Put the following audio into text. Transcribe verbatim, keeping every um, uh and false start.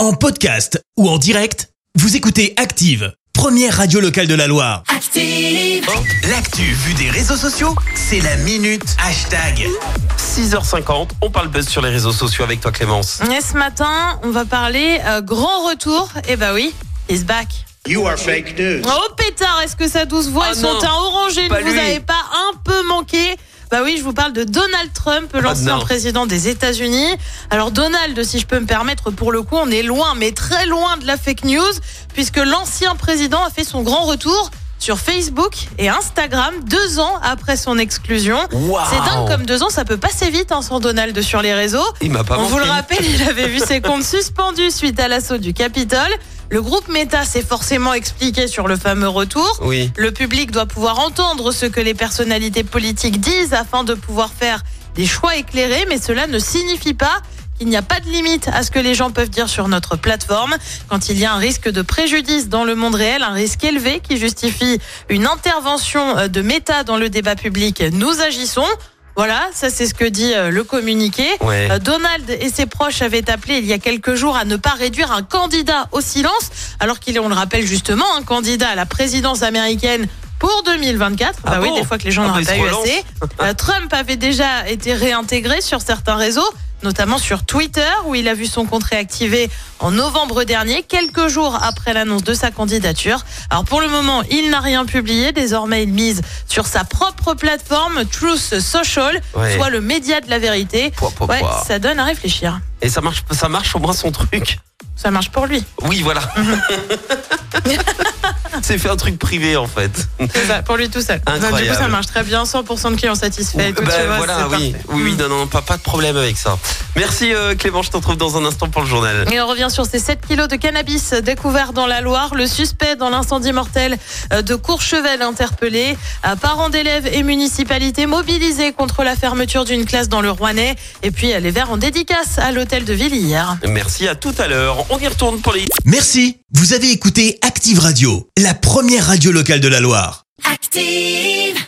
En podcast ou en direct, vous écoutez Active, première radio locale de la Loire. Active. L'actu vue des réseaux sociaux, c'est la minute hashtag. six heures cinquante, on parle buzz sur les réseaux sociaux avec toi Clémence. Et ce matin, on va parler euh, grand retour. Eh bah oui, he's back. You are fake news. Oh pétard, est-ce que sa douce voix Oh et son non, teint orangé pas ne vous lui. avez pas un peu manqué? Bah oui, je vous parle de Donald Trump, l'ancien non. président des États-Unis. Alors Donald, si je peux me permettre, pour le coup, on est loin, mais très loin de la fake news, puisque l'ancien président a fait son grand retour sur Facebook et Instagram deux ans après son exclusion. Wow. C'est dingue comme deux ans, ça peut passer vite hein, sans Donald sur les réseaux. Il m'a pas On manqué. vous le rappelle, il avait vu ses comptes suspendus suite à l'assaut du Capitole. Le groupe Meta s'est forcément expliqué sur le fameux retour. Oui. Le public doit pouvoir entendre ce que les personnalités politiques disent afin de pouvoir faire des choix éclairés, mais cela ne signifie pas qu'il n'y a pas de limite à ce que les gens peuvent dire sur notre plateforme. Quand il y a un risque de préjudice dans le monde réel, un risque élevé qui justifie une intervention de Meta dans le débat public, nous agissons. Voilà, ça c'est ce que dit le communiqué. Ouais. Donald et ses proches avaient appelé il y a quelques jours à ne pas réduire un candidat au silence, alors qu'il est, on le rappelle justement, un candidat à la présidence américaine pour deux mille vingt-quatre. Ah bah oui, bon des fois que les gens Ah n'auraient bah, pas il se eu relance. assez. Euh, Trump avait déjà été réintégré sur certains réseaux, notamment sur Twitter, où il a vu son compte réactivé en novembre dernier, quelques jours après l'annonce de sa candidature. Alors pour le moment, il n'a rien publié. Désormais, il mise sur sa propre plateforme Truth Social, Ouais. soit le média de la vérité. Pouah, pouah, Ouais, pouah. ça donne à réfléchir. Et ça marche, ça marche au moins son truc. Ça marche pour lui. Oui, voilà. C'est fait un truc privé en fait. C'est ça, pour lui tout seul. Bah, du Incroyable. coup, ça marche très bien, cent pour cent de clients satisfaits. Et tout, Bah, tu vois, voilà, c'est oui, parfait. oui, oui, non, non, pas, pas de problème avec ça. Merci euh, Clément, je te retrouve dans un instant pour le journal. Et on revient sur ces sept kilos de cannabis découverts dans la Loire. Le suspect dans l'incendie mortel de Courchevel interpellé. Parents d'élèves et municipalités mobilisés contre la fermeture d'une classe dans le Rouennais. Et puis les Verts en dédicace à l'hôtel de ville hier. Merci, à tout à l'heure. On y retourne pour les... Merci, vous avez écouté Active Radio, la première radio locale de la Loire. Active.